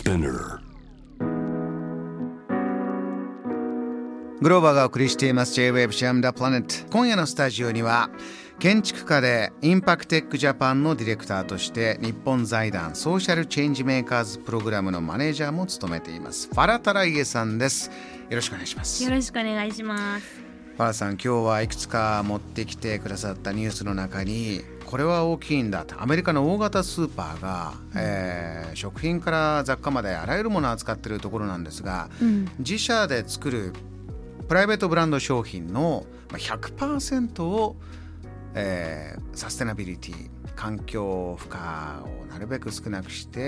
Spinner。 グローバーがお送りしています J-Wave Jam the Planet。 今夜のスタジオには建築家でインパクテックジャパンのディレクターとして日本財団ソーシャルチェンジメーカーズプログラムのマネージャーも務めていますファラタライエさんです。よろしくお願いします。 よろしくお願いします。 ファラさん、今日はいくつか持ってきてくださったニュースの中にこれは大きいんだと、アメリカの大型スーパーが、食品から雑貨まであらゆるものを扱っているところなんですが、自社で作るプライベートブランド商品の 100% を、サステナビリティ、環境負荷をなるべく少なくして、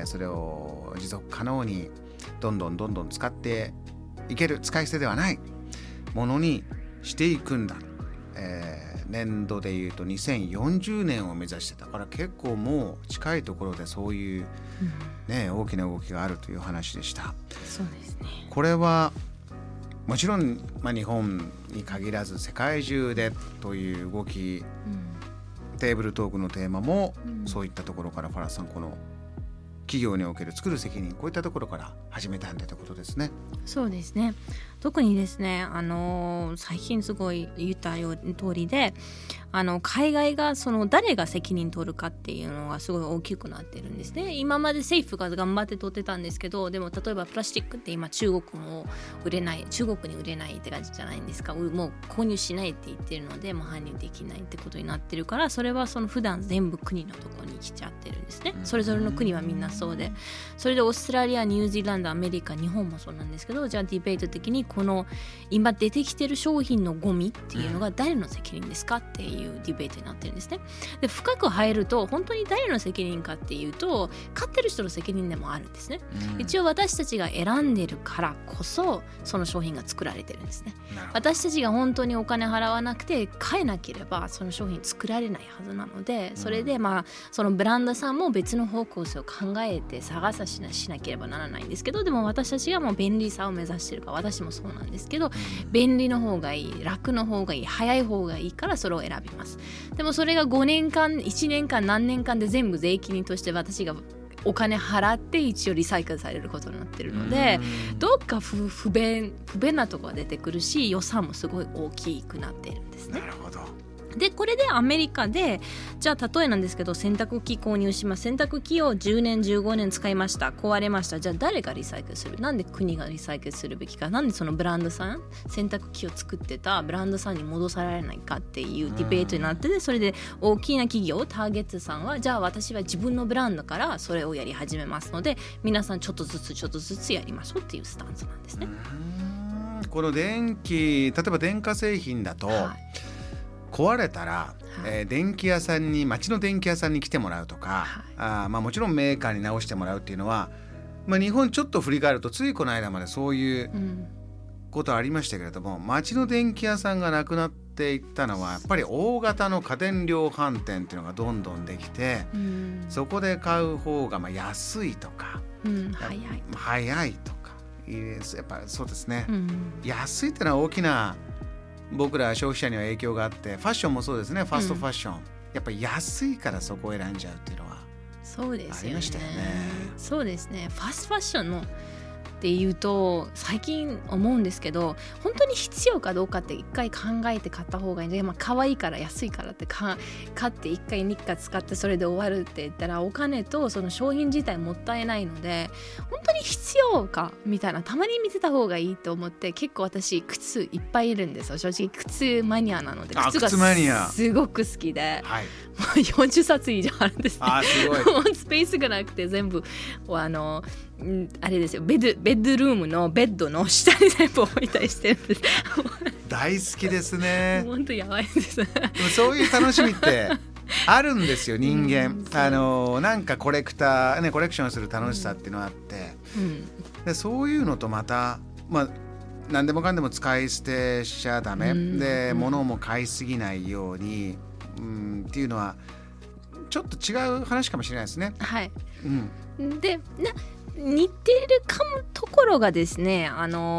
それを持続可能にどんどん使っていける、使い捨てではないものにしていくんだ、年度でいうと2040年を目指してたから結構もう近いところでそういう、大きな動きがあるという話でした。 そうですね。 これはもちろん、日本に限らず世界中でという動き、テーブルトークのテーマも、そういったところからファラさん、この企業における作る責任、こういったところから始めたんだということですね。 そうですね。特にですね、最近すごい言ったように通りで、海外がその誰が責任取るかっていうのがすごい大きくなってるんですね。今まで政府が頑張って取ってたんですけど、でも例えばプラスチックって今中国に売れないって感じじゃないんですか。もう購入しないって言ってるので、もう搬入できないってことになってるから、それはその普段全部国のところに来ちゃってるんですね。それぞれの国はみんなそうで、それでオーストラリア、ニュージーランド、アメリカ、日本もそうなんですけど、じゃあディベート的にこの今出てきてる商品のゴミっていうのが誰の責任ですかっていうディベートになってるんですね。で、深く入ると本当に誰の責任かっていうと、買ってる人の責任でもあるんですね。一応私たちが選んでるからこそその商品が作られてるんですね。私たちが本当にお金払わなくて買えなければその商品作られないはずなので、それでそのブランドさんも別の方向性を考えて探さしなければならないんですけど、でも私たちがもう便利さを目指してるから、私もそうなんですけど、便利の方がいい、楽の方がいい、早い方がいいからそれを選びます。でもそれが5年間、1年間、何年間で全部税金として私がお金払って一応リサイクルされることになってるので、どっか不便なところが出てくるし、予算もすごい大きくなってるんですね。 なるほど。 でこれでアメリカで、じゃあ例えなんですけど、洗濯機購入します。洗濯機を10年15年使いました、壊れました。じゃあ誰がリサイクルする？なんで国がリサイクルするべきか、なんでそのブランドさん、洗濯機を作ってたブランドさんに戻されないかっていうディベートになってて、それで大きな企業ターゲットさんは、じゃあ私は自分のブランドからそれをやり始めますので、皆さんちょっとずつやりましょうっていうスタンスなんですね。 この例えば電化製品だと、壊れたら、電気屋さんに、町の電気屋さんに来てもらうとか、もちろんメーカーに直してもらうっていうのは、日本ちょっと振り返るとついこの間までそういうことありましたけれども、町の電気屋さんがなくなっていったのはやっぱり大型の家電量販店っていうのがどんどんできて、そこで買う方が安いとか、早いとか、やっぱそうですね、安いってのは大きな僕ら消費者には影響があって、ファッションもそうですね。ファストファッション、やっぱり安いからそこを選んじゃうっていうのはそうですよね。 ありましたよね。 そうですね。ファストファッションのっていうと最近思うんですけど、本当に必要かどうかって一回考えて買った方がいいので、可愛いから安いからって買って一回2回使ってそれで終わるって言ったら、お金とその商品自体もったいないので、本当に必要かみたいな、たまに見てた方がいいと思って、結構私靴いっぱいいるんですよ。正直靴マニアなので、靴がすごく好きで、40冊以上あるんですね。 すごいスペースがなくて全部あれですよ、ベッドルームのベッドの下に全部置いたりしてるんです大好きですね。 本当やばいですでもそういう楽しみってあるんですよ、人間。なんかコレクションする楽しさっていうのがあって、でそういうのとまた、何でもかんでも使い捨てしちゃダメ、で物も買いすぎないように、っていうのはちょっと違う話かもしれないですね。 で似てるかもところがですね、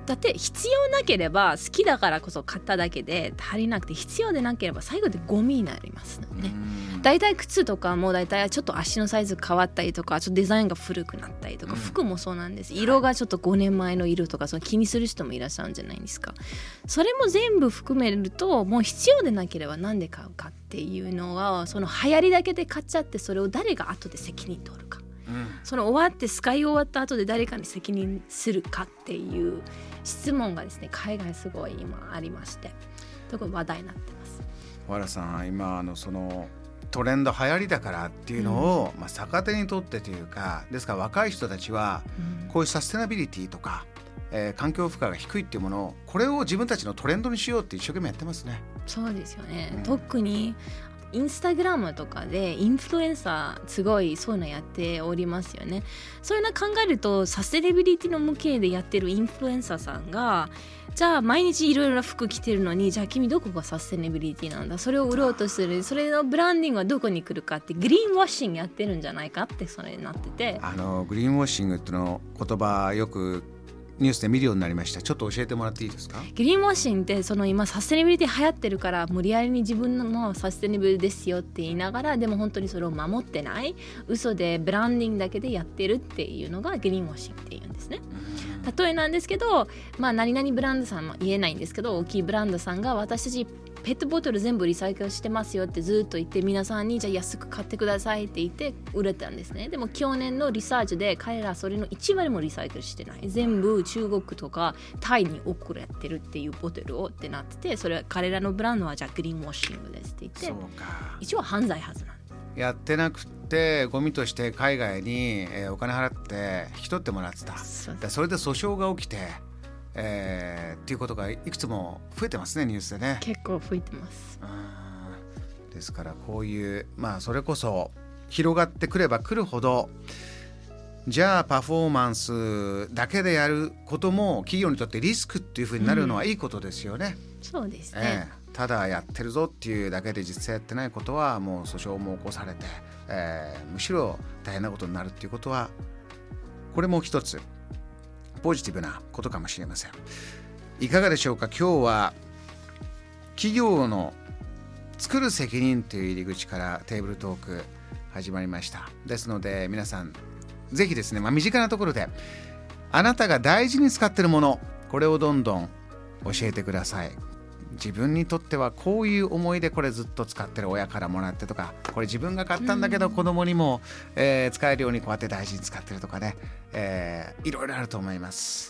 だって必要なければ好きだからこそ買っただけで足りなくて、必要でなければ最後でゴミになりますので、だいたい靴とかもだいたいちょっと足のサイズ変わったりとか、ちょっとデザインが古くなったりとか、服もそうなんです。色がちょっと5年前の色とか、その気にする人もいらっしゃるんじゃないですか。それも全部含めると、もう必要でなければなんで買うかっていうのは、その流行りだけで買っちゃって、それを誰が後で責任取るか、その終わって使い終わった後で誰かに責任するかっていう質問がですね、海外すごい今ありまして、特に話題になってます。 小原さん、今そのトレンド流行りだからっていうのを、逆手にとってというか、ですから若い人たちはこういうサステナビリティとか、環境負荷が低いっていうものを、これを自分たちのトレンドにしようって一生懸命やってますね。 そうですよね、特にインスタグラムとかでインフルエンサーすごいそういうのやっておりますよね。そういうの考えると、サステナビリティの向けでやってるインフルエンサーさんが、じゃあ毎日いろいろな服着てるのに、じゃあ君どこがサステナビリティなんだ、それを売ろうとする、それのブランディングはどこに来るかって、グリーンウォッシングやってるんじゃないかってそれになってて、 グリーンウォッシングっての言葉よくニュースで見るようになりました。ちょっと教えてもらっていいですか？ グリーンウォッシングって、その今サステナビリティ流行ってるから、無理やりに自分のサステナブルですよって言いながら、でも本当にそれを守ってない、嘘でブランディングだけでやってるっていうのがグリーンウォッシングっていうんですね。例えなんですけど、何々ブランドさんも言えないんですけど、大きいブランドさんが私たちペットボトル全部リサイクルしてますよってずっと言って、皆さんにじゃあ安く買ってくださいって言って売れたんですね。でも去年のリサーチで彼らそれの1割もリサイクルしてない、全部中国とかタイに送れてるっていうボトルをってなってて、それは彼らのブランドはじゃあグリーンウォッシングですって言って、 そうか、 一応犯罪はずなんです。 やってなくてゴミとして海外に、お金払って引き取ってもらってた。それで訴訟が起きて、っていうことがいくつも増えてますね、ニュースでね。 結構増えてます。 ですからこういう、それこそ広がってくればくるほど、じゃあパフォーマンスだけでやることも企業にとってリスクっていう風になるのはいいことですよね。 そうですね、 ただやってるぞっていうだけで実際やってないことはもう訴訟も起こされて、むしろ大変なことになるっていうことは、これも一つポジティブなことかもしれません。いかがでしょうか。今日は企業の作る責任という入り口からテーブルトーク始まりました。ですので皆さんぜひですね、身近なところであなたが大事に使っているもの、これをどんどん教えてください。自分にとってはこういう思いでこれずっと使ってる、親からもらってとか、これ自分が買ったんだけど子供にも、使えるようにこうやって大事に使ってるとかね、いろいろあると思います。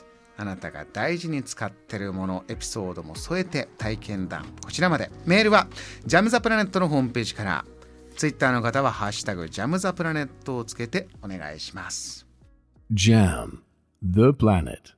あなたが大事に使ってるもの、エピソードも添えて体験談、こちらまで。メールはジャムザプラネットのホームページから、ツイッターの方はハッシュタグジャムザプラネットをつけてお願いします。 JAM The Planet